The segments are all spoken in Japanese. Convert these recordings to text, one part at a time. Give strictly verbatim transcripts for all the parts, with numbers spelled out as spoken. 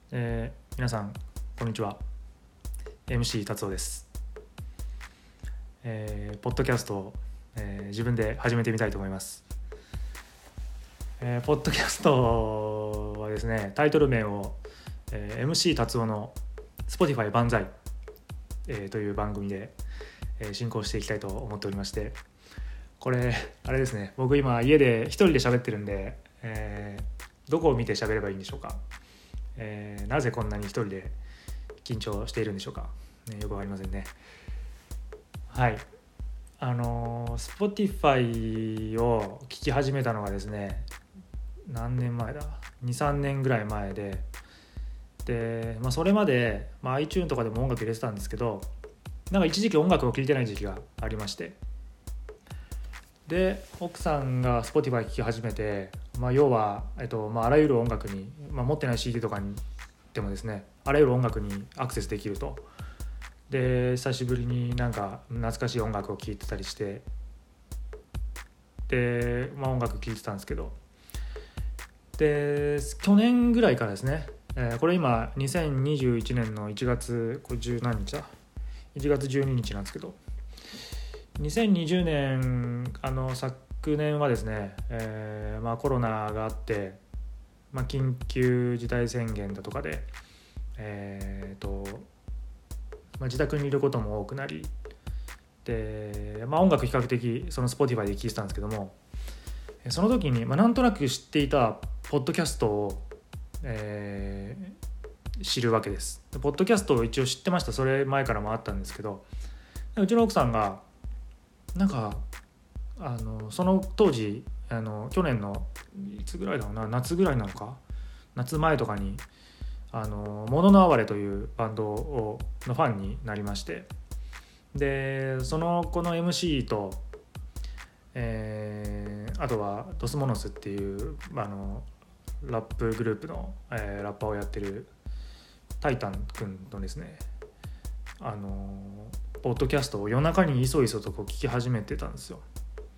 えー、皆さんこんにちは。 エムシー 達夫です。えー、ポッドキャストを、えー、自分で始めてみたいと思います。えー、ポッドキャストはですね、タイトル名を、えー、エムシー 達夫の Spotify 万歳、えー、という番組で、えー、進行していきたいと思っておりまして、これあれですね、僕今家で一人で喋ってるんで、えー、どこを見て喋ればいいんでしょうか。えー、なぜこんなに一人で緊張しているんでしょうか、ね、よくわかりませんね。はい、あのー、Spotify を聞き始めたのがですね、何年前だ に,さん 年ぐらい前で、で、まあ、それまで、まあ、iTunes とかでも音楽入れてたんですけど、なんか一時期音楽を聴いてない時期がありまして、で奥さんが Spotify 聴き始めて、まあ、要は、えっとまあ、あらゆる音楽に、まあ、持ってない シーディー とかにでもですね、あらゆる音楽にアクセスできると。で久しぶりになんか懐かしい音楽を聴いてたりして、で、まあ、音楽聴いてたんですけど、で去年ぐらいからですね、えー、これ今にせんにじゅういちねんのいちがつ、これじゅう何日だいちがつじゅうににちなんですけど、にせんにじゅうねん、あの昨年はですね、えーまあ、コロナがあって、まあ、緊急事態宣言だとかで、えーとまあ、自宅にいることも多くなりで、まあ、音楽比較的その Spotify で聴いてたんですけども、その時に、まあ、なんとなく知っていたポッドキャストを、えー、知るわけです。ポッドキャストを一応知ってました。それ前からもあったんですけど、うちの奥さんがなんかあのその当時あの去年のいつぐらいだろうな、夏ぐらいなのか、夏前とかにあのモノの哀れというバンドをのファンになりまして、でそのこの エムシー と、えー、あとはドスモノスっていうあのラップグループの、えー、ラッパーをやってるタイタン君のですね、あのポッドキャストを夜中にいそいそとこう聞き始めてたんですよ。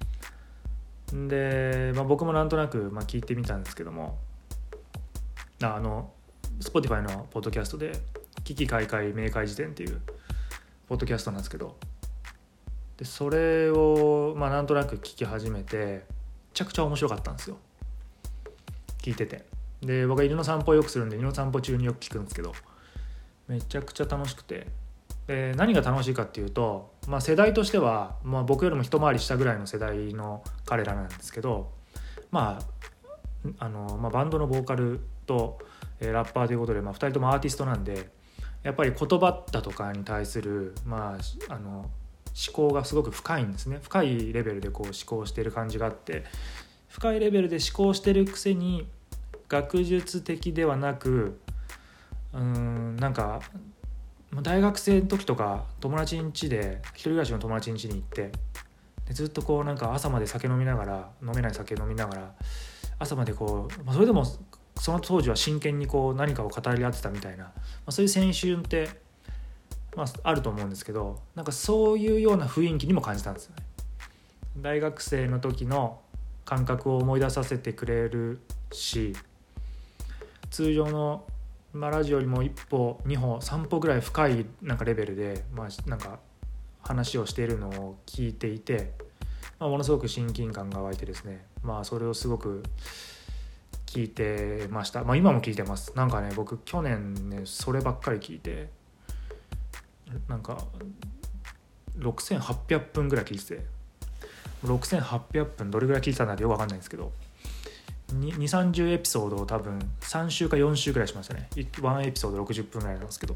で、まあ、僕もなんとなく、まあ、聞いてみたんですけども、ああの Spotify のポッドキャストで危機開会明快辞典っていうポッドキャストなんですけど、でそれを、まあ、なんとなく聞き始めて、めちゃくちゃ面白かったんですよ、聞いてて。で僕は犬の散歩をよくするんで、犬の散歩中によく聞くんですけど、めちゃくちゃ楽しくて、で何が楽しいかっていうと、まあ、世代としては、まあ、僕よりも一回り下ぐらいの世代の彼らなんですけど、まああのまあ、バンドのボーカルと、えー、ラッパーということで、まあ、ふたりともアーティストなんで、やっぱり言葉だとかに対する、まあ、あの思考がすごく深いんですね。深いレベルでこう思考している感じがあって、深いレベルで思考してるくせに学術的ではなく、うーんなんか大学生の時とか友達ん家で、一人暮らしの友達ん家に行って、でずっとこうなんか朝まで酒飲みながら、飲めない酒飲みながら朝までこう、まあ、それでもその当時は真剣にこう何かを語り合ってたみたいな、まあ、そういう青春って、まあ、あると思うんですけど、なんかそういうような雰囲気にも感じたんですよね。大学生の時の感覚を思い出させてくれるし、通常のまあ、ラジオよりも一歩二歩三歩ぐらい深いなんかレベルで、まあ、なんか話をしているのを聞いていて、まあ、ものすごく親近感が湧いてですね、まあ、それをすごく聞いてました。まあ、今も聞いてます。なんかね、僕去年ねそればっかり聞いて、なんかろくせんはっぴゃくぷんぐらい聞いてて、ろくせんはっぴゃくぷんどれぐらい聞いてたんだってよく分かんないんですけど、にじゅう、さんじゅうエピソードを多分さん週かよん週ぐらいしましたね。いちエピソードろくじゅっぷんぐらいなんですけど、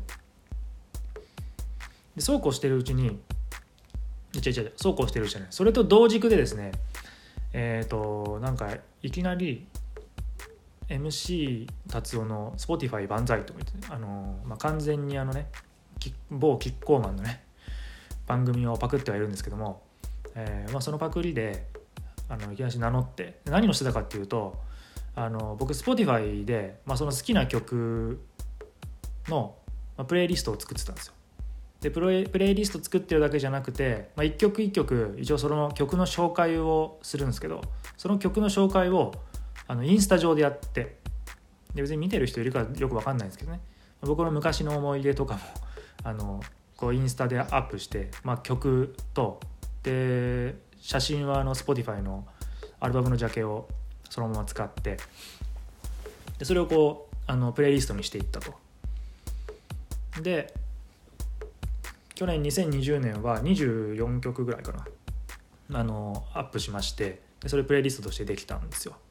でそうこうしてるうちに、違う違う違うそうこうしてるうちじゃない、それと同軸でですね、えっとなんかいきなり エムシー 達夫の Spotify 万歳とか言って、あの、まあ、完全にあのね某キッコーマンのね番組をパクってはいるんですけども、えーまあ、そのパクリであのいきなり名乗って、何をしてたかっていうと、あの僕 Spotify で、まあ、その好きな曲の、まあ、プレイリストを作ってたんですよ。でプレイ、プレイリスト作ってるだけじゃなくて、まあ、一曲一曲一応その曲の紹介をするんですけど、その曲の紹介をあのインスタ上でやって、 で別に見てる人いるかよく分かんないんですけどね、僕の昔の思い出とかもあのこうインスタでアップして、まあ、曲とで写真はあの Spotify のアルバムのジャケをそのまま使ってでそれをこうあのプレイリストにしていったと。で去年にせんにじゅうねんはにじゅうよんきょくぐらいかなあのアップしまして、でそれプレイリストとしてできたんですよ。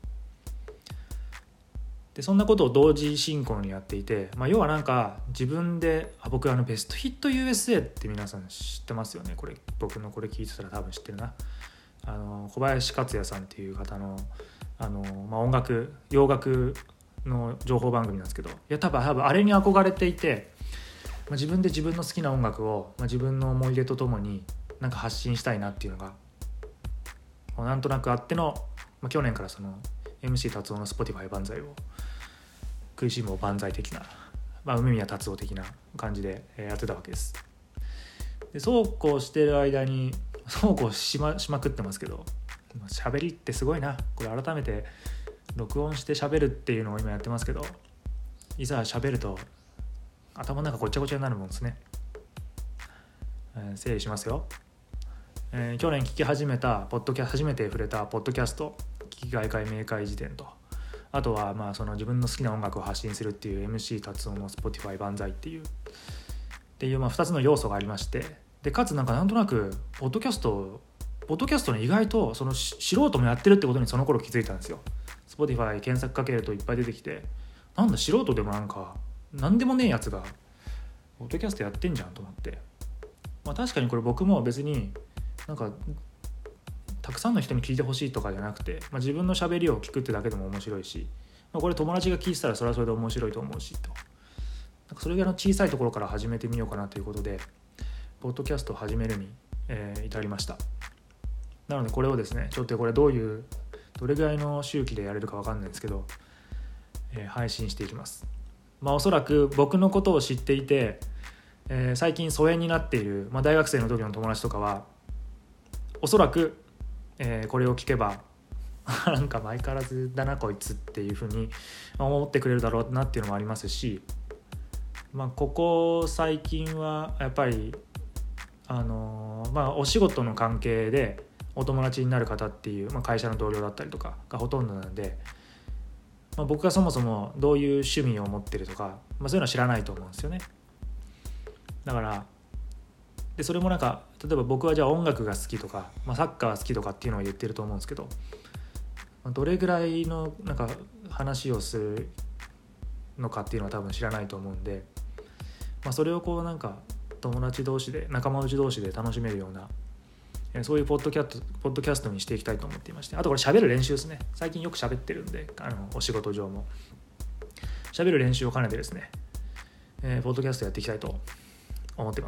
でそんなことを同時進行にやっていて、まあ、要はなんか自分であ僕あのベストヒット ユーエスエー って皆さん知ってますよね。これ僕のこれ聞いてたら多分知ってるな。あの小林克也さんっていう方のあの、まあ、音楽洋楽の情報番組なんですけど、いや多分多分あれに憧れていて、まあ、自分で自分の好きな音楽を、まあ、自分の思い出とともになんか発信したいなっていうのがなんとなくあっての、まあ、去年からその エムシー 達夫の Spotify 万歳を食いしん坊万歳的な、まあ、梅宮達夫的な感じでやってたわけです。でそうこうしてる間にそうこうし ま, しまくってますけど、喋りってすごいな。これ改めて録音して喋るっていうのを今やってますけど、いざ喋ると頭の中ごちゃごちゃになるもんですね。えー、整理しますよ。えー、去年聞き始めたポッドキャ初めて触れたポッドキャスト聞き開会明快辞典と、あとはまあその自分の好きな音楽を発信するっていう エムシー 達夫の Spotify 万歳っていうっていうまあふたつの要素がありまして、でかつなんかなんとなくポッドキャストポッドキャストに意外とその素人もやってるってことにその頃気づいたんですよ。 Spotify 検索かけるといっぱい出てきて、なんだ素人でもなんかなんでもねえやつがポッドキャストやってんじゃんと思って、まあ確かにこれ僕も別になんかたくさんの人に聞いてほしいとかじゃなくて、まあ、自分の喋りを聞くってだけでも面白いし、まあ、これ友達が聞いてたらそれはそれで面白いと思うしと、なんかそれぐらいの小さいところから始めてみようかなということでポッドキャストを始めるに、えー、至りました。なのでこれをですねちょっとこれどういうどれぐらいの周期でやれるか分かんないんですけど、えー、配信していきます。まあおそらく僕のことを知っていて、えー、最近疎遠になっている、まあ、大学生の時の友達とかはおそらくえー、これを聞けばなんか相変わらずだなこいつっていう風に思ってくれるだろうなっていうのもありますし、まあ、ここ最近はやっぱりあのー、まあお仕事の関係でお友達になる方っていう、まあ、会社の同僚だったりとかがほとんどなので、まあ、僕がそもそもどういう趣味を持ってるとか、まあ、そういうのは知らないと思うんですよね。だからでそれもなんか例えば僕はじゃあ音楽が好きとか、まあ、サッカー好きとかっていうのを言ってると思うんですけど、どれぐらいのなんか話をするのかっていうのは多分知らないと思うんで、まあ、それをこうなんか友達同士で仲間内同士で楽しめるようなそういうポッドキャスト、ポッドキャストにしていきたいと思っていまして、あとこれ喋る練習ですね。最近よく喋ってるんであのお仕事上も喋る練習を兼ねてですね、えー、ポッドキャストやっていきたいと思っています。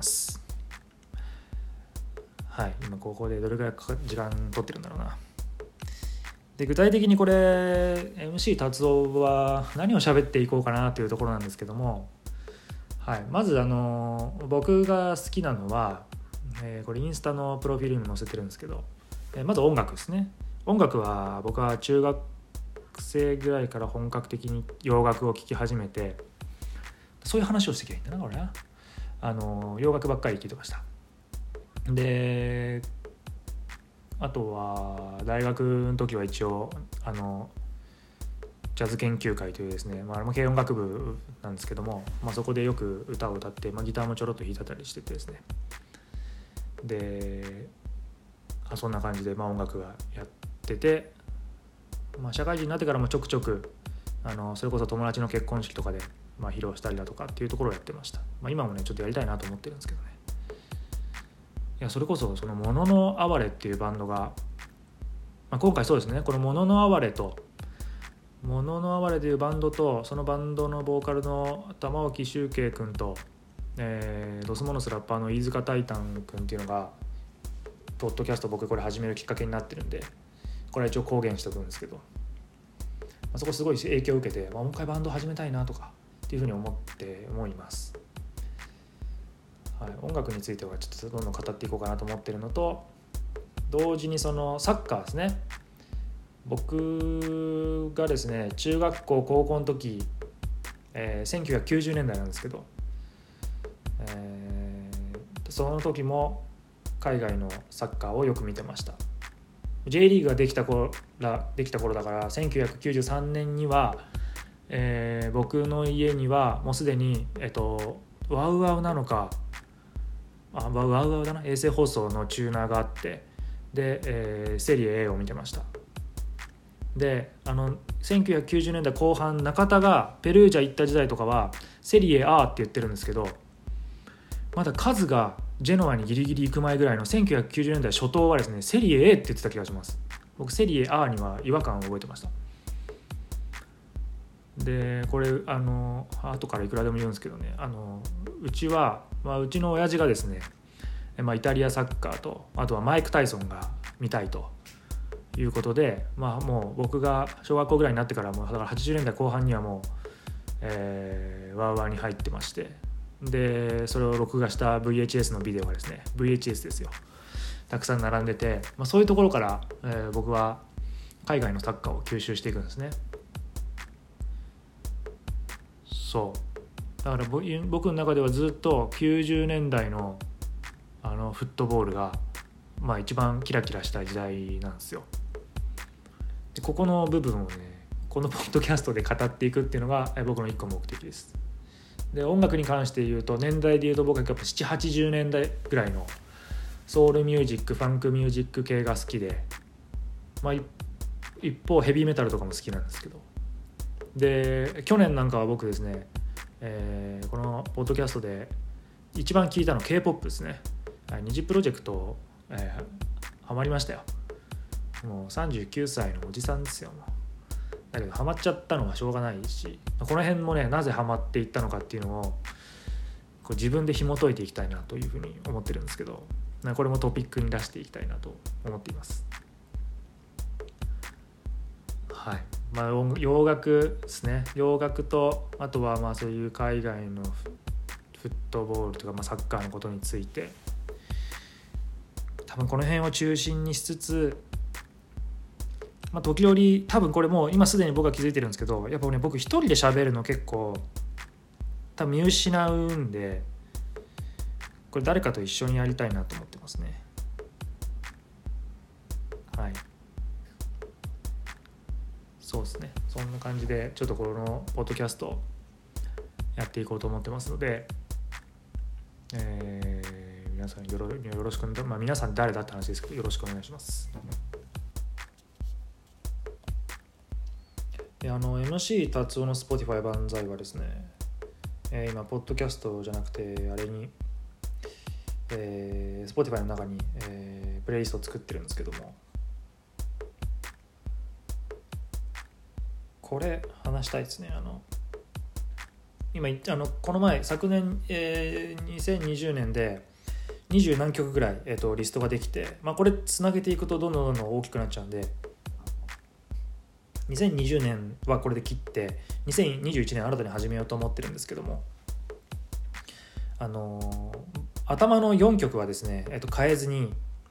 はい、今ここでどれくらい時間取ってるんだろうな。で具体的にこれ エムシー 達夫は何を喋っていこうかなというところなんですけども、はい、まずあの僕が好きなのは、えー、これインスタのプロフィールにも載せてるんですけど、えー、まず音楽ですね。音楽は僕は中学生ぐらいから本格的に洋楽を聴き始めて、そういう話をしてきゃいいんだなこれな。あの洋楽ばっかり聴いてました。であとは大学の時は一応あのジャズ研究会というですね、まあ、軽音楽部なんですけども、まあ、そこでよく歌を歌って、まあ、ギターもちょろっと弾いてたりしててですね、であそんな感じで、まあ、音楽がやってて、まあ、社会人になってからもちょくちょくあのそれこそ友達の結婚式とかで、まあ、披露したりだとかっていうところをやってました。まあ、今もねちょっとやりたいなと思ってるんですけどね。いやそれこそそのもののあわれっていうバンドが、まあ、今回そうですね、このもののあわれともののあわれというバンドとそのバンドのボーカルの玉置周慶君と、えー、ドスモノスラッパーの飯塚タイタン君っていうのがポッドキャスト僕これ始めるきっかけになってるんで、これは一応公言しておくんですけど、まあ、そこすごい影響を受けて、まあ、もう一回バンド始めたいなとかっていうふうに思って思います。はい、音楽についてはちょっとどんどん語っていこうかなと思ってるのと、同時にそのサッカーですね。僕がですね中学校高校の時えー、せんきゅうひゃくきゅうじゅうねんだいなんですけど、えー、その時も海外のサッカーをよく見てました。 J リーグができた頃らできた頃だからせんきゅうひゃくきゅうじゅうさんねんには、えー、僕の家にはもうすでに、えっと、ワウワウなのかあワウワウだな衛星放送のチューナーがあって、で、えー、セリエ A を見てました。であのせんきゅうひゃくきゅうじゅうねんだいこう半中田がペルージャ行った時代とかはセリエ A って言ってるんですけど、まだカズがジェノアにギリギリ行く前ぐらいのせんきゅうひゃくきゅうじゅうねんだい初頭はですねセリエ A って言ってた気がします。僕セリエ A には違和感を覚えてました。でこれあの後からいくらでも言うんですけどね、あのうちは、まあ、うちの親父がですね、まあ、イタリアサッカーとあとはマイク・タイソンが見たいということで、まあ、もう僕が小学校ぐらいになってからもうだからはちじゅうねんだいこう半にはもう、えー、ワーワーに入ってまして、でそれを録画した ブイエイチエス のビデオがですね ブイエイチエス ですよたくさん並んでて、まあ、そういうところから、えー、僕は海外のサッカーを吸収していくんですね。そうだから僕の中ではずっときゅうじゅうねんだいのあのフットボールが、まあ、一番キラキラした時代なんですよ。でここの部分をねこのポッドキャストで語っていくっていうのが僕の一個目的です。で音楽に関して言うと年代で言うと僕はやっぱななじゅうはちじゅうねんだいぐらいのソウルミュージックファンクミュージック系が好きで、まあ、一方ヘビーメタルとかも好きなんですけど、で去年なんかは僕ですね、えー、このポッドキャストで一番聴いたの K-ポップ ですね。ニジプロジェクト、えー、ハマりましたよ。もうさんじゅうきゅうさいのおじさんですよ。もうだけどハマっちゃったのはしょうがないし、この辺もねなぜハマっていったのかっていうのをこう自分で紐解いていきたいなというふうに思ってるんですけど、これもトピックに出していきたいなと思っています。はい、まあ、洋楽ですね。洋楽とあとはまあそういう海外のフットボールとか、まあ、サッカーのことについて多分この辺を中心にしつつ、まあ、時折多分これもう今すでに僕は気づいてるんですけど、やっぱね僕一人で喋るの結構多分見失うんで、これ誰かと一緒にやりたいなと思ってますね。はい、そうですね。そんな感じでちょっとこのポッドキャストやっていこうと思ってますので、えー、皆さんよろ、よろしく、まあ、皆さん誰だって話ですけどよろしくお願いします。であの エムシー 達夫の Spotify 万歳はですね、えー、今ポッドキャストじゃなくてあれに、えー、Spotify の中に、えー、プレイリストを作ってるんですけども、これ話したいですね。あの今あのこの前昨年、えー、にせんにじゅうねんでにじゅう何曲ぐらい、えー、とリストができて、まあ、これつなげていくとどんどんどんどん大きくなっちゃうんでにせんにじゅうねんはこれで切ってにせんにじゅういちねん新たに始めようと思ってるんですけども、あのー、頭のよんきょくはですね、えー、と変えずに、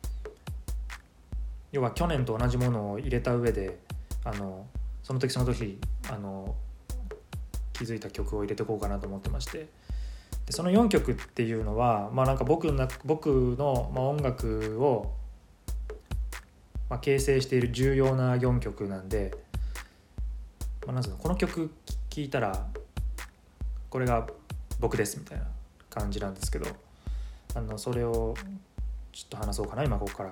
要は去年と同じものを入れた上であのその時その時あの気づいた曲を入れていこうかなと思ってまして、でそのよんきょくっていうのは、まあ、なんか僕の、僕のまあ音楽をまあ形成している重要なよんきょくなんで、まあ、なんていうのこの曲聴いたらこれが僕ですみたいな感じなんですけど、あのそれをちょっと話そうかな今ここから。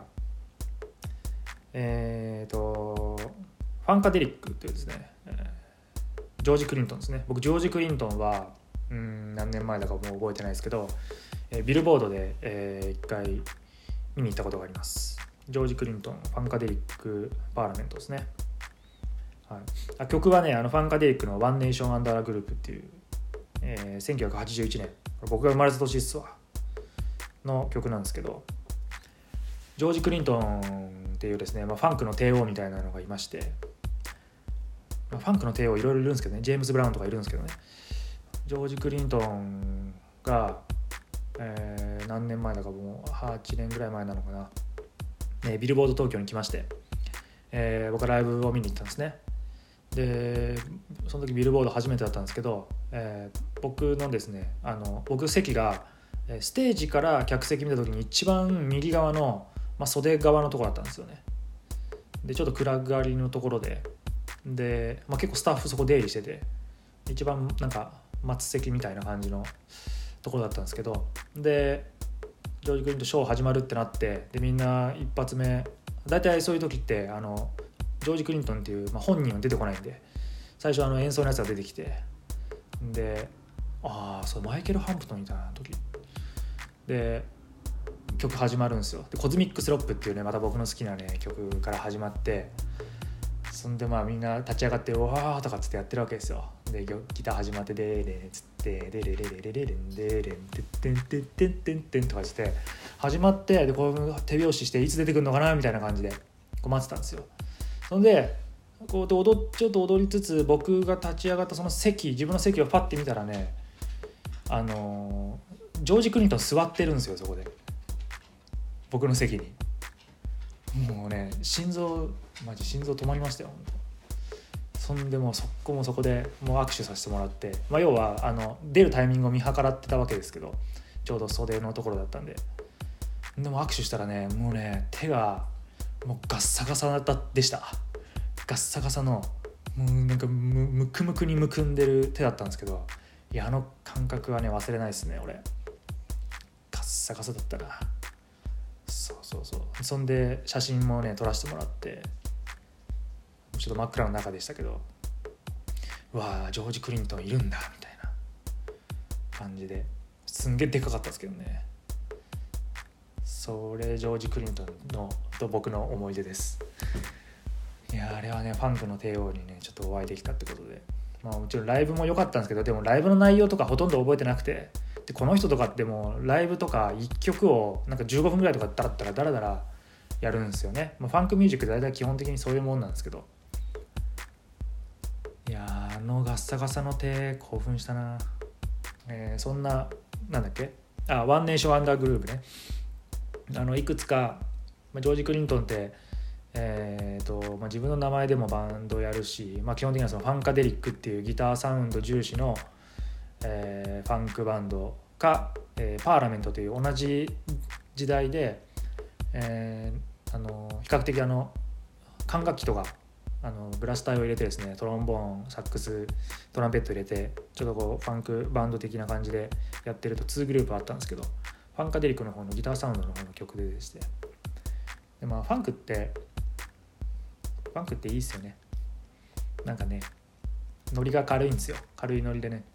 えーとファンカデリックというですね、ジョージ・クリントンですね。僕ジョージ・クリントンはうーん何年前だかもう覚えてないですけど、えー、ビルボードで、えー、一回見に行ったことがあります。ジョージ・クリントンファンカデリックパーラメントですね。はい、あ曲はねあのファンカデリックのワンネーションアンダーグループっていう、えー、せんきゅうひゃくはちじゅういちねん僕が生まれた年っすわの曲なんですけど、ジョージ・クリントンっていうですね、まあ、ファンクの帝王みたいなのがいまして、まあ、ファンクの帝王いろいろいるんですけどね、ジェームズ・ブラウンとかいるんですけどね、ジョージ・クリントンが、えー、何年前だかもうはちねんぐらい前なのかな、ね、ビルボード東京に来まして、えー、僕はライブを見に行ったんですね。 でその時ビルボード初めてだったんですけど、えー、僕のですねあの僕席がステージから客席見た時に一番右側の、まあ、袖側のところだったんですよね。でちょっと暗がりのところでで、まあ、結構スタッフそこ出入りしてて一番なんか末席みたいな感じのところだったんですけど、でジョージ・クリントンショー始まるってなって、でみんな一発目大体そういう時ってあのジョージ・クリントンっていう、まあ、本人は出てこないんで最初あの演奏のやつが出てきて、でああそうマイケル・ハンプトンみたいな時で曲始まるんですよ。でコズミックスロップっていうねまた僕の好きなね曲から始まって、そんでまあみんな立ち上がってわーとかつってやってるわけですよ。でギター始まってでーれーつってでれれれれれれんでーれんてってんてんてんてんてんとかして始まって、でこう手拍子していつ出てくるのかなみたいな感じでこう待ってたんですよ。そんでこうで踊ちょっと踊りつつ僕が立ち上がったその席自分の席をパッて見たらねあのー、ジョージ・クリントン座ってるんですよ。そこで僕の席にもうね心臓マジ心臓止まりましたよ。そんでもうそこもそこでもう握手させてもらって、まあ、要はあの出るタイミングを見計らってたわけですけどちょうど袖のところだったんで、でも握手したらねもうね手がもうガッサガサでした。ガッサガサのもうなんか む, むくむくにむくんでる手だったんですけど、いやあの感覚はね忘れないですね俺。ガッサガサだったな。そうそうそうそんで写真もね撮らせてもらってちょっと真っ暗の中でしたけど、うわージョージ・クリントンいるんだみたいな感じですんげえでかかったですけどね。それジョージ・クリントンのと僕の思い出です。いやあれはねファンクの帝王にねちょっとお会いできたってことで、まあもちろんライブも良かったんですけど、でもライブの内容とかほとんど覚えてなくて、でこの人とかってもうライブとかいっきょくをなんかじゅうごふんぐらいとかだったらダラダラやるんですよね。まあ、ファンクミュージックって大体基本的にそういうもんなんですけど、いやあのガッサガサの手興奮したな。えー、そんななんだっけあワンネーションアンダーグループね、あのいくつか、まあ、ジョージ・クリントンってえーとまあ、自分の名前でもバンドやるし、まあ、基本的にはそのファンカデリックっていうギターサウンド重視の、えー、ファンクバンドか、えー、パーラメントという同じ時代で、えー、あの比較的あの管楽器とかあのブラスターを入れてですねトロンボーンサックストランペット入れてちょっとこうファンクバンド的な感じでやってるとにグループあったんですけど、ファンカデリックの方のギターサウンドの方の曲ででして、で、まあ、ファンクってファンクっていいっすよね。なんかねノリが軽いんですよ。軽いノリでね。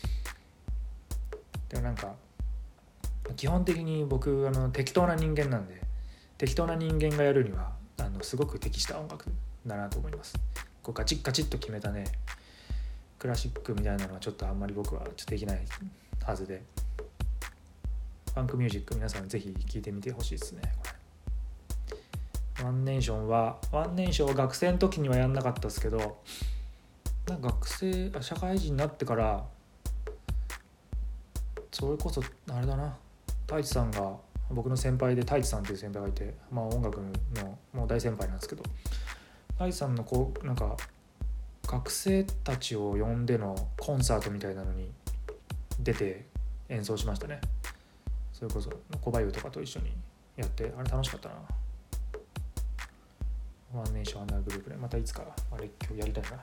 でもなんか基本的に僕あの適当な人間なんで、適当な人間がやるにはあのすごく適した音楽だなと思います。こうガチッガチッと決めたねクラシックみたいなのはちょっとあんまり僕はちょっとできないはずで、ファンクミュージック皆さんぜひ聴いてみてほしいですね。これワンネーションはワンネーションは学生の時にはやんなかったですけど、なんか学生社会人になってからそれこそあれだな、太一さんが僕の先輩で太一さんっていう先輩がいて、まあ音楽のもう大先輩なんですけど、太一さんのこうなんか学生たちを呼んでのコンサートみたいなのに出て演奏しましたね。それこそ小林とかと一緒にやって、あれ楽しかったな。ワンネーションアンダーグループでまたいつかあれ今日やりたいな。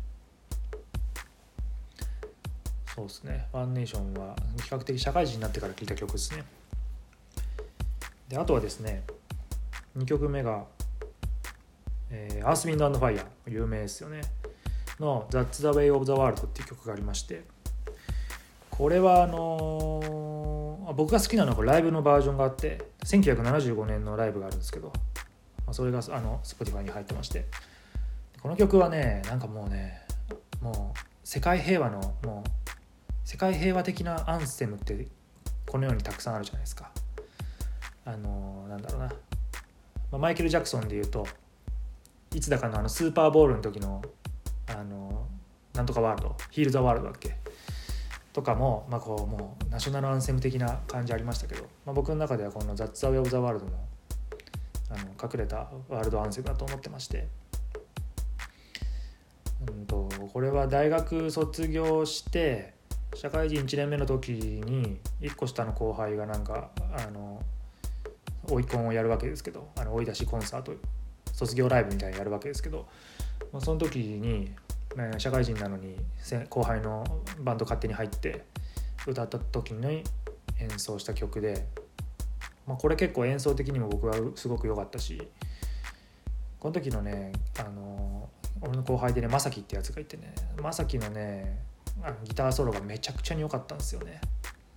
そうですね、ワンネーションは比較的社会人になってから聴いた曲ですね。であとはですねにきょくめが、えー、アース・ウィンド・アンド・ファイヤー有名ですよねの That's the Way of the World っていう曲がありまして、これはあのー、僕が好きなのはライブのバージョンがあって、せんきゅうひゃくななじゅうごねんのライブがあるんですけど、それがあの Spotify に入ってまして、この曲はねなんかもうねもう世界平和のもう世界平和的なアンセムってこのようにたくさんあるじゃないですか。あのなんだろうな、まあ、マイケル・ジャクソンでいうといつだかのあのスーパーボールの時のあのなんとかワールドヒール・ザ・ワールドだっけとかも、まあ、こうもうナショナルアンセム的な感じありましたけど、まあ、僕の中ではこの That's the Way of the World もあの隠れたワールドアンセムだと思ってまして、 うんとこれは大学卒業して社会人いちねんめの時にいっこ下の後輩がなんかあの追いコンをやるわけですけど、あの追い出しコンサート卒業ライブみたいにやるわけですけど、まあ、その時に、ね、社会人なのに後輩のバンド勝手に入って歌った時に演奏した曲で、まあ、これ結構演奏的にも僕はすごく良かったし、この時のねあの俺の後輩でねまさきってやつがいてね、まさきのねあのギターソロがめちゃくちゃに良かったんですよね。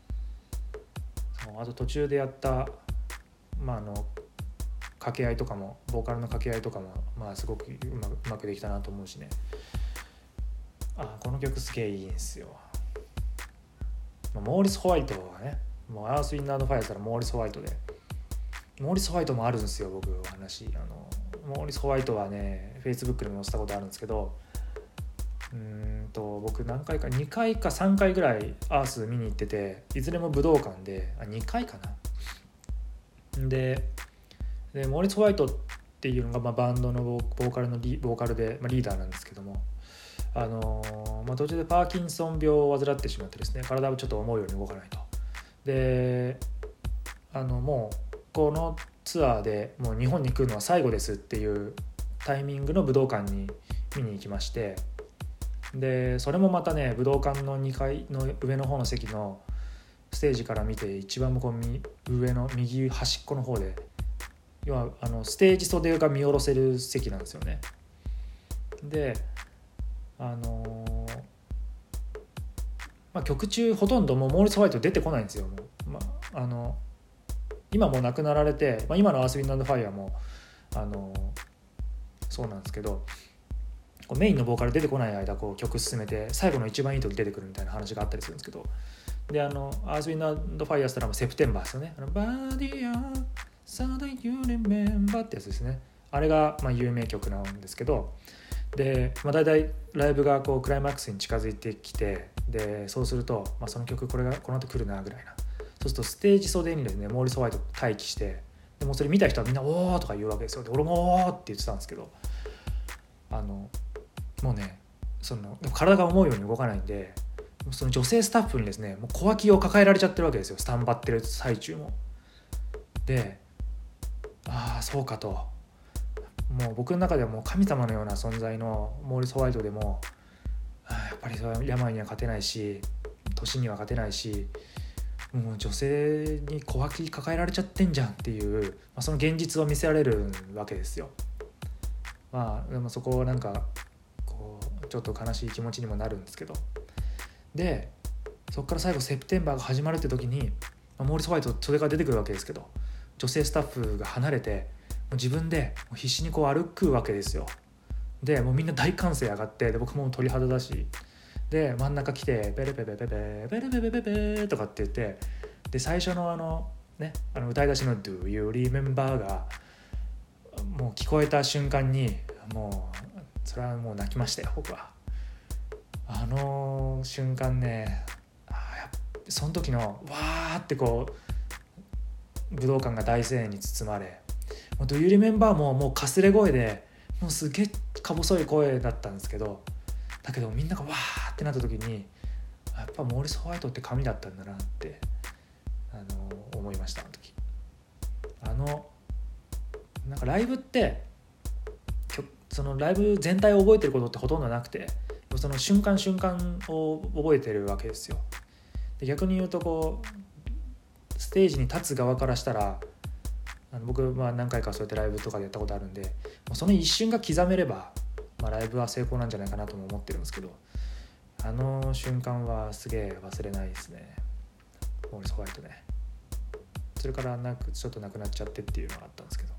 そうあと途中でやったまああの掛け合いとかもボーカルの掛け合いとかもまあすごくうまうまくできたなと思うしね。あこの曲すげえいいんですよ。モーリス・ホワイトはね、もうアース・ウィンド・アンド・ファイアしたらモーリス・ホワイトで、モーリス・ホワイトもあるんですよ僕お話。あのモーリス・ホワイトはね Facebook にも載せたことあるんですけど、うーんと僕何回かにかいかさんかいぐらいアース見に行ってて、いずれも武道館で、あにかいかなででモーリス・ホワイトっていうのがまあバンドのボーカルのリボーカルで、まあ、リーダーなんですけども、あのーまあ、途中でパーキンソン病を患ってしまってですね、体をちょっと思うように動かないと。であのもうこのツアーでもう日本に来るのは最後ですっていうタイミングの武道館に見に行きまして、でそれもまたね武道館のにかいの上の方の席のステージから見て一番こう上の右端っこの方で、要はあのステージ袖が見下ろせる席なんですよね。であのーまあ、曲中ほとんどもうモーリス・ホワイト出てこないんですよ。もう、まあ、あの今もう亡くなられて、まあ、今のアース・ウィンド・アンド・ファイアも、あのー、そうなんですけど、こうメインのボーカル出てこない間こう曲進めて最後の一番いい時出てくるみたいな話があったりするんですけど、であのアース・ウィンド・アンド・ファイアしたらセプテンバーですよね。あのバディアサダユリメンバーってやつですね。あれがまあ有名曲なんですけど、で、まあ、大体ライブがこうクライマックスに近づいてきて、でそうすると、まあ、その曲これがこの後来るなぐらいな、そうするとステージ袖にですねモーリス・ホワイト待機して、でもそれ見た人はみんなおーとか言うわけですよ。で俺もおーって言ってたんですけど、あのもうねその体が思うように動かないんで、その女性スタッフにですねもう小脇を抱えられちゃってるわけですよ、スタンバってる最中も。でああそうかと、もう僕の中ではもう神様のような存在のモーリス・ホワイトでもやっぱり病には勝てないし年には勝てないし、もう女性に小脇抱えられちゃってんじゃんっていう、まあ、その現実を見せられるわけですよ。まあでもそこをなんかこうちょっと悲しい気持ちにもなるんですけど、でそこから最後セプテンバーが始まるって時に、まあ、モーリス・ホワイトそれから出てくるわけですけど、女性スタッフが離れてもう自分で必死にこう歩くわけですよ。でもうみんな大歓声上がって、で僕も鳥肌だし、で真ん中来てペレペペペペペレペペペペとかって言って、で最初のあのねあの歌い出しの Do you remember がもう聞こえた瞬間にもうそれはもう泣きましたよ僕は。あの瞬間ね、あやその時のわーってこう武道館が大声援に包まれ、Do you remember ももうかすれ声でもうすげえか細い声だったんですけど、だけどみんながわーってなった時にやっぱモーリス・ホワイトって神だったんだなってあの思いました。あの時あのなんかライブってそのライブ全体を覚えてることってほとんどなくて、その瞬間瞬間を覚えてるわけですよ。で逆に言うとこうステージに立つ側からしたら、あの僕は何回かそうやってライブとかでやったことあるんで、その一瞬が刻めれば、まあ、ライブは成功なんじゃないかなとも思ってるんですけど、あの瞬間はすげえ忘れないですね、モーリス・ホワイトね。それからなくちょっとなくなっちゃってっていうのがあったんですけど、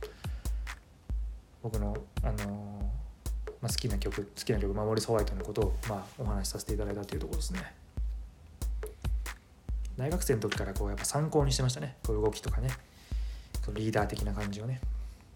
僕の、あのーまあ、好きな曲好きな曲、まあ、モーリス・ホワイトのことを、まあ、お話しさせていただいたというところですね。大学生の時からこうやっぱ参考にしてましたね、こういう動きとかね、リーダー的な感じをね。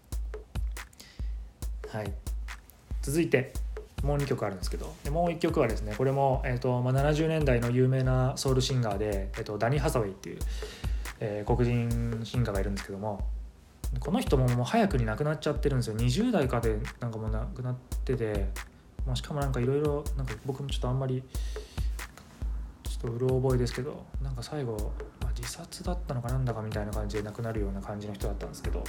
はい、続いてもうにきょくあるんですけど、でもういっきょくはですね、これも、えーとまあ、ななじゅうねんだいの有名なソウルシンガーで、えーとダニー・ハサウェイっていう、えー、黒人シンガーがいるんですけども、この人ももう早くに亡くなっちゃってるんですよ。にじゅうだいかでなんかもう亡くなってて、 まあ、しかもなんかいろいろなんか僕もちょっとあんまりちょっとうろ覚えですけど、なんか最後、まあ、自殺だったのかなんだかみたいな感じで亡くなるような感じの人だったんですけど、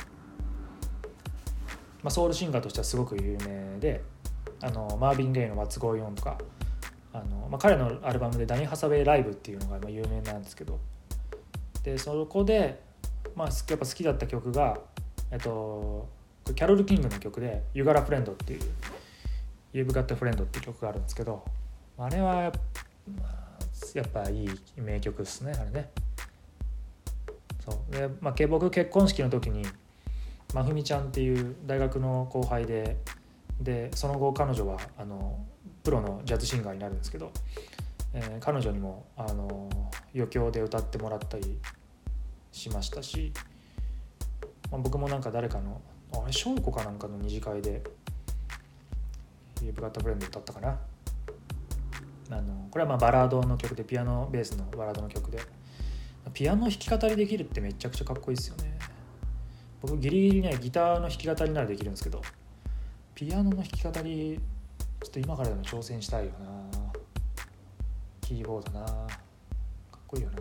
まあ、ソウルシンガーとしてはすごく有名で、あのマーヴィン・ゲイの What's Going On とか、あの、まあ、彼のアルバムでダニー・ハサウェイライブっていうのがまあ有名なんですけど、でそこで、まあ、やっぱ好きだった曲が、えっと、キャロル・キングの曲で You Got a Friend っていう You've Got a Friend っていう曲があるんですけど、あれはやっぱ、やっぱいい名曲ですね、あれね。そうで、まあ、僕結婚式の時にまふみちゃんっていう大学の後輩で、でその後彼女はあのプロのジャズシンガーになるんですけど、えー、彼女にもあの余興で歌ってもらったりしましたし、まあ、僕もなんか誰かのあれ翔子かなんかの二次会でYou've Got a Friend歌ったかな。あのこれはまあバラードの曲で、ピアノベースのバラードの曲で、ピアノ弾き語りできるってめちゃくちゃかっこいいですよね。僕ギリギリねギターの弾き語りならできるんですけど、ピアノの弾き語りちょっと今からでも挑戦したいよな。キーボードな、かっこいいよ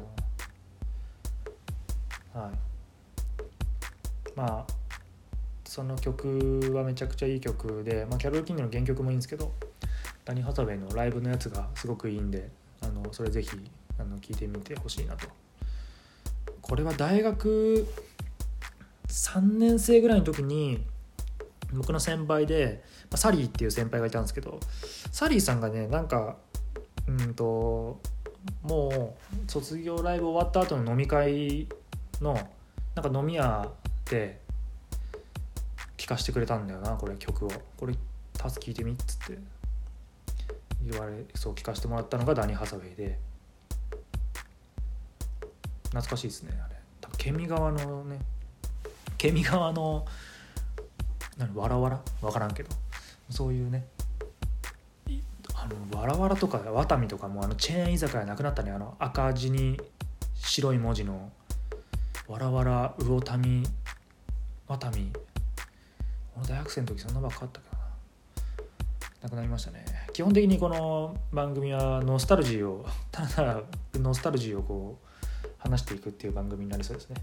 な。はい。まあその曲はめちゃくちゃいい曲で、まあ、キャロル・キングの原曲もいいんですけど、ダニー・ハサウェイのライブのやつがすごくいいんで、あのそれぜひあの聞いてみてほしいなと。これは大学さんねん生ぐらいの時に僕の先輩でサリーっていう先輩がいたんですけど、サリーさんがねなんかうんともう卒業ライブ終わった後の飲み会のなんか飲み屋で聴かせてくれたんだよな、これ曲を。これタス聴いてみっつって言われ、そう聴かせてもらったのがダニー・ハサウェイで、懐かしいですね。あれ多分ケミ川のねケミ川の何わらわら分からんけど、そういうねあのわらわらとかワタミとかもあのチェーン居酒屋なくなったね。あの赤字に白い文字のわらわら魚民ワタミ、俺大学生の時そんなばっかあったけどな、なくなりましたね。基本的にこの番組はノスタルジーをただただノスタルジーをこう話していくっていう番組になりそうですね。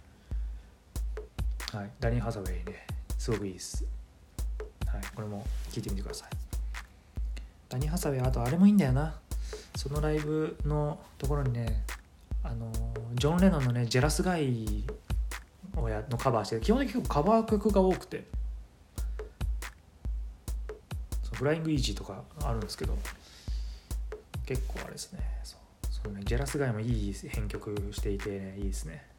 はい、ダニー・ハサウェイねすごくいいです。はい、これも聞いてみてください。ダニー・ハサウェイ、あとあれもいいんだよな、そのライブのところにね、あのジョン・レノンのねジェラスガイをやのカバーして、基本的にカバー曲が多くて、フライングイージーとかあるんですけど、結構あれですね、そうそうね、ジェラスガイもいい編曲していて、ね、いいですね。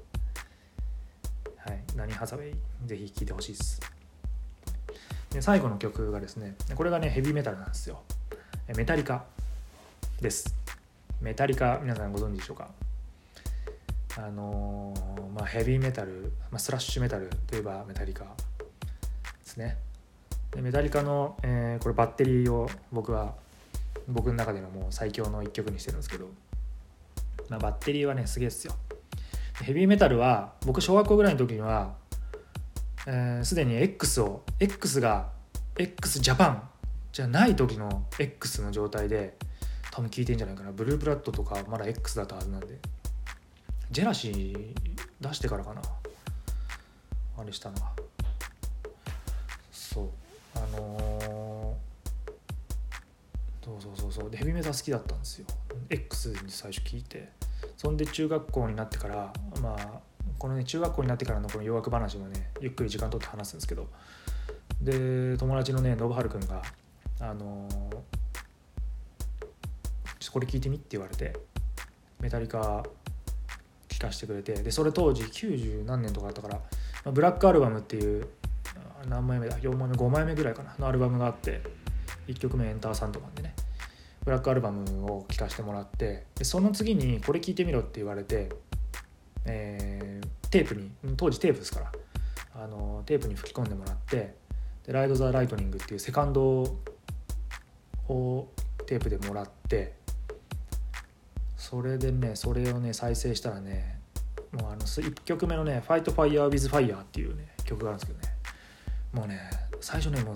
はい、ダニー・ハサウェイぜひ聴いてほしいです。で最後の曲がですね、これがねヘビーメタルなんですよ。メタリカです。メタリカ皆さんご存知でしょうか。あのー、まあヘビーメタル、まあ、スラッシュメタルといえばメタリカですね。でメタリカの、えー、これバッテリーを僕は僕の中でのもう最強の一曲にしてるんですけど、まあ、バッテリーはねすげえっすよ。ヘビーメタルは僕小学校ぐらいの時にはすで、えー、に X を X が X ジャパンじゃない時の X の状態で多分聞いてんじゃないかな。ブルーブラッドとかまだ X だったはずなんで、ジェラシー出してからかなあれしたのは。そうあのー、そうそうそうそうでヘビメタ好きだったんですよ。 X に最初聞いて、そんで中学校になってからまあこのね中学校になってからのこの洋楽話もねゆっくり時間取って話すんですけど、で友達のね信春くんがあのー、ちょっとこれ聞いてみって言われてメタリカ聞かせてくれて、でそれ当時きゅうじゅう何年とかだったから、まあ、ブラックアルバムっていう何枚目だよんまいめごまいめぐらいかなのアルバムがあって、いっきょくめエンターサンドマンでねブラックアルバムを聴かせてもらって、でその次にこれ聴いてみろって言われて、えー、テープに当時テープですからあのテープに吹き込んでもらって、でライド・ザ・ライトニングっていうセカンドをテープでもらって、それでねそれをね再生したらね、もうあのいっきょくめのね「Fight Fire with Fire」っていうね曲があるんですけどね、もうね最初ねもう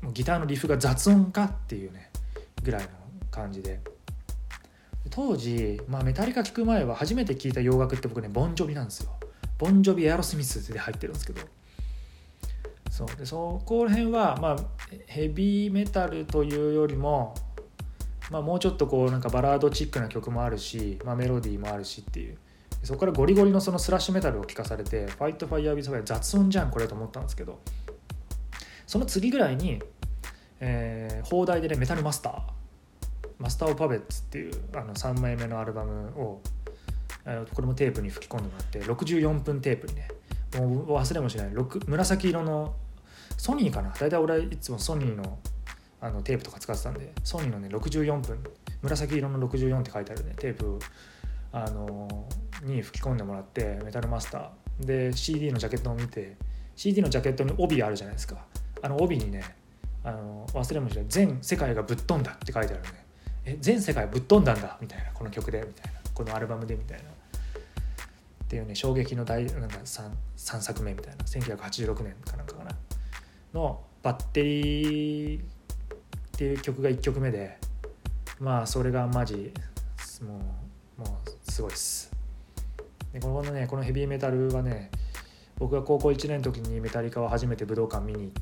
ギターのリフが雑音かっていうねぐらいの感じで、当時、まあ、メタリカ聴く前は初めて聴いた洋楽って僕ねボンジョビなんですよ。ボンジョビエアロスミスで入ってるんですけど、そうでそこら辺はまあヘビーメタルというよりも、まあ、もうちょっとこうなんかバラードチックな曲もあるし、まあ、メロディーもあるしっていう、そこからゴリゴリのそのスラッシュメタルを聴かされて、ファイトファイヤービーズファイア雑音じゃんこれと思ったんですけど、その次ぐらいに、えー、放題でねメタルマスターマスターオブパペッツっていうあのさんまいめのアルバムを、これもテープに吹き込んでもらって、ろくじゅうよんぷんテープにね、もう忘れもしない紫色のソニーかな、大体俺はいつもソニーのあのテープとか使ってたんで、ソニーのねろくじゅうよんぷん紫色のろくじゅうよんって書いてあるねテープあのに吹き込んでもらって、メタルマスターで シーディー のジャケットを見て、 シーディー のジャケットに帯あるじゃないですか。あの帯にね、あの忘れもしない全世界がぶっ飛んだって書いてあるね。え全世界ぶっ飛んだんだみたいな、この曲でみたいな、このアルバムでみたいなっていうね、衝撃の大なんか 3, さんさくめみたいな、せんきゅうひゃくはちじゅうろくねんかなんかかなのバッテリーっていう曲がいっきょくめで、まあそれがマジもうもうすごいっす。でこのねこのヘビーメタルはね、僕が高校いちねんの時にメタリカを初めて武道館見に行って、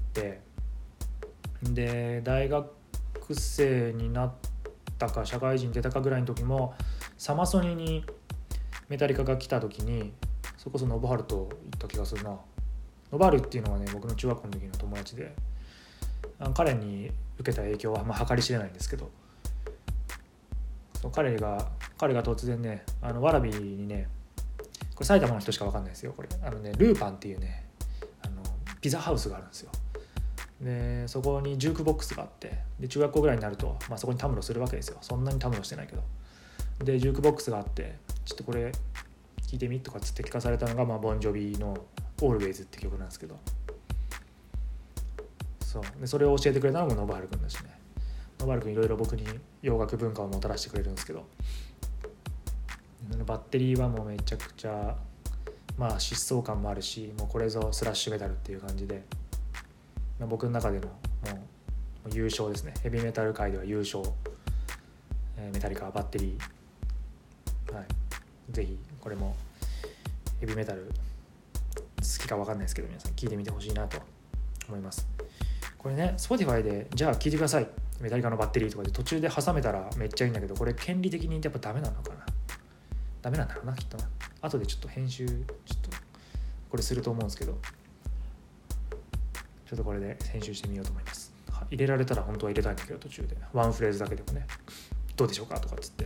で大学生になったか社会人出たかぐらいの時もサマソニにメタリカが来た時に、それこそノブハルと行った気がするな。ノブハルっていうのはね僕の中学校の時の友達で、彼に受けた影響はまあ計り知れないんですけど、そう彼が彼が突然ね、あのワラビーにね、これ埼玉の人しか分かんないですよこれ、あのねルーパンっていうねあのピザハウスがあるんですよ。でそこにジュークボックスがあって、で中学校ぐらいになると、まあ、そこにたむろするわけですよ。そんなにたむろしてないけど、でジュークボックスがあって、ちょっとこれ聴いてみとかつって聞かされたのが、まあ、ボンジョビの Always って曲なんですけど、そうでそれを教えてくれたのもノブハル君だしね。ノブハル君いろいろ僕に洋楽文化をもたらしてくれるんですけど、バッテリーはもうめちゃくちゃまあ疾走感もあるし、もうこれぞスラッシュメタルっていう感じで、まあ、僕の中でのもう優勝ですね。ヘビーメタル界では優勝、えー、メタリカバッテリー、はい、ぜひこれもヘビーメタル好きか分かんないですけど皆さん聞いてみてほしいなと思います。これね Spotify でじゃあ聞いてくださいメタリカのバッテリーとかで途中で挟めたらめっちゃいいんだけど、これ権利的にやっぱダメなのかな、ダメなんだろうなきっとな。後でちょっと編集ちょっとこれすると思うんですけど、ちょっとこれで編集してみようと思います。入れられたら本当は入れたいんだけど、途中でワンフレーズだけでもねどうでしょうかとかっつって、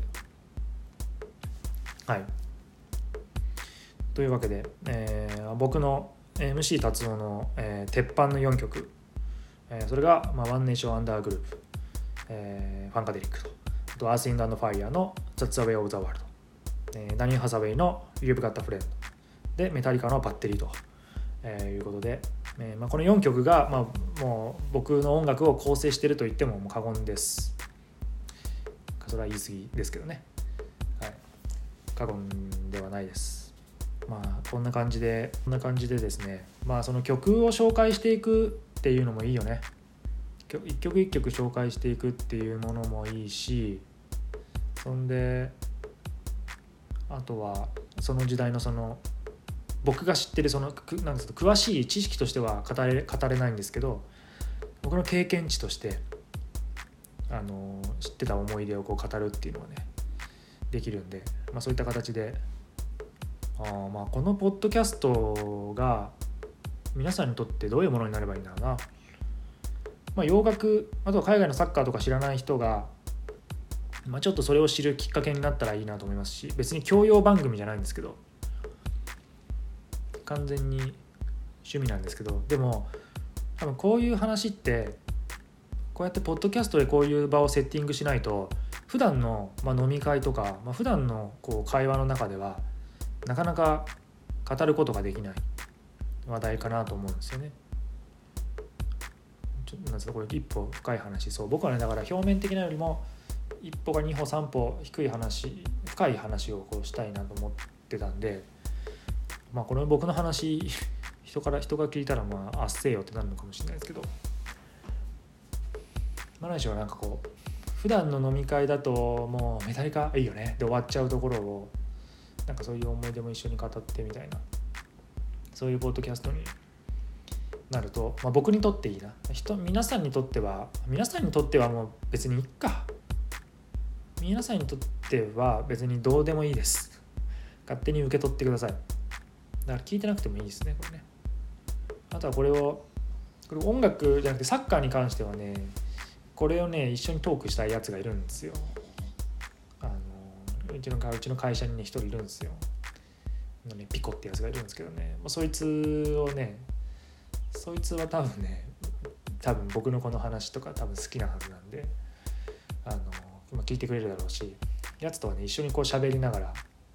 はい。というわけで、えー、僕の エムシー 達夫の、えー、鉄板のよんきょく、えー、それが、まあ、ワンネーションアンダーグループ、えー、ファンカデリックと、あとアース・インド・アンド・ファイヤーの That's the Way of the World、えー、ダニー・ハサウェイの You've Got a Friend でメタリカのバッテリーと、えー、いうことで、えーまあ、このよんきょくが、まあ、もう僕の音楽を構成していると言ってももう過言です。それは言い過ぎですけどね、はい、過言ではないです。まあこんな感じでこんな感じでですね、まあその曲を紹介していくっていうのもいいよね。一曲一曲紹介していくっていうものもいいし、そんであとはその時代のその僕が知ってるそのなんですか詳しい知識としては語れ語れないんですけど、僕の経験値としてあの知ってた思い出をこう語るっていうのはねできるんで、まあ、そういった形であまあこのポッドキャストが皆さんにとってどういうものになればいいんだろうな。まあ、洋楽あとは海外のサッカーとか知らない人が、まあ、ちょっとそれを知るきっかけになったらいいなと思いますし、別に教養番組じゃないんですけど完全に趣味なんですけど、でも多分こういう話ってこうやってポッドキャストでこういう場をセッティングしないと普段のまあ飲み会とか、まあ、普段のこう会話の中ではなかなか語ることができない話題かなと思うんですよね。ちょっとなんですかこれ一歩深い話、そう僕はねだから表面的なよりも一歩か二歩三歩低い話深い話をこうしたいなと思ってたんで、まあこれ僕の話人から人が聞いたらまああっせーよってなるのかもしれないですけど、 まあないしはなんかこう普段の飲み会だともうメタリカいいよねで終わっちゃうところをなんかそういう思い出も一緒に語ってみたいな、そういうポッドキャストになると、まあ、僕にとっていいな、人皆さんにとっては皆さんにとってはもう別にいっか、皆さんにとっては別にどうでもいいです。勝手に受け取ってください。だから聞いてなくてもいいですねこれね。あとはこれをこれ音楽じゃなくてサッカーに関してはね、これをね一緒にトークしたいやつがいるんですよ。あのうちのうちの会社にね一人いるんですよ。のねピコってやつがいるんですけどね、そいつをねそいつは多分ね多分僕のこの話とか多分好きなはずなんで、あの聞いてくれるだろうし、やつとはね一緒にこう喋りながら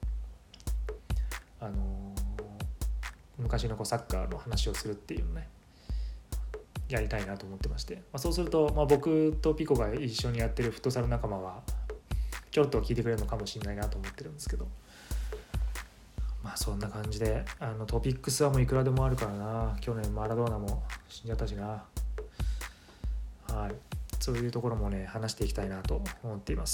あの昔のこうサッカーの話をするっていうのねやりたいなと思ってまして、まあ、そうすると、まあ、僕とピコが一緒にやってるフットサル仲間はちょっと聞いてくれるのかもしれないなと思ってるんですけど、まあそんな感じであのトピックスはもういくらでもあるからな。去年マラドーナも死んじゃったしな。はい、そういうところもね話していきたいなと思っています。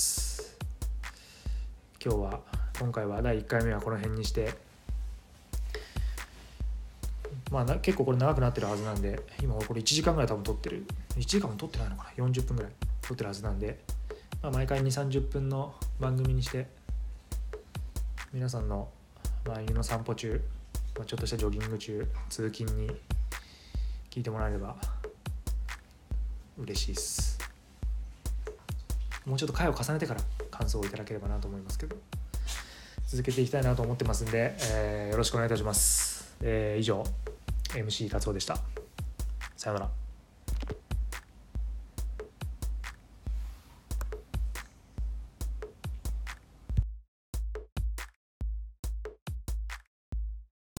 今日は今回はだいいっかいめはこの辺にして、まあ結構これ長くなってるはずなんで、今これいちじかんぐらい多分撮ってる、いちじかんも撮ってないのかな、よんじゅっぷんぐらい撮ってるはずなんで、まあ、毎回にじゅうさんじゅっぷんの番組にして皆さんのまあ、犬の散歩中、まあ、ちょっとしたジョギング中、通勤に聞いてもらえれば嬉しいです。もうちょっと回を重ねてから感想をいただければなと思いますけど、続けていきたいなと思ってますんで、えー、よろしくお願いいたします。えー、以上 エムシー 達夫でした。さようなら。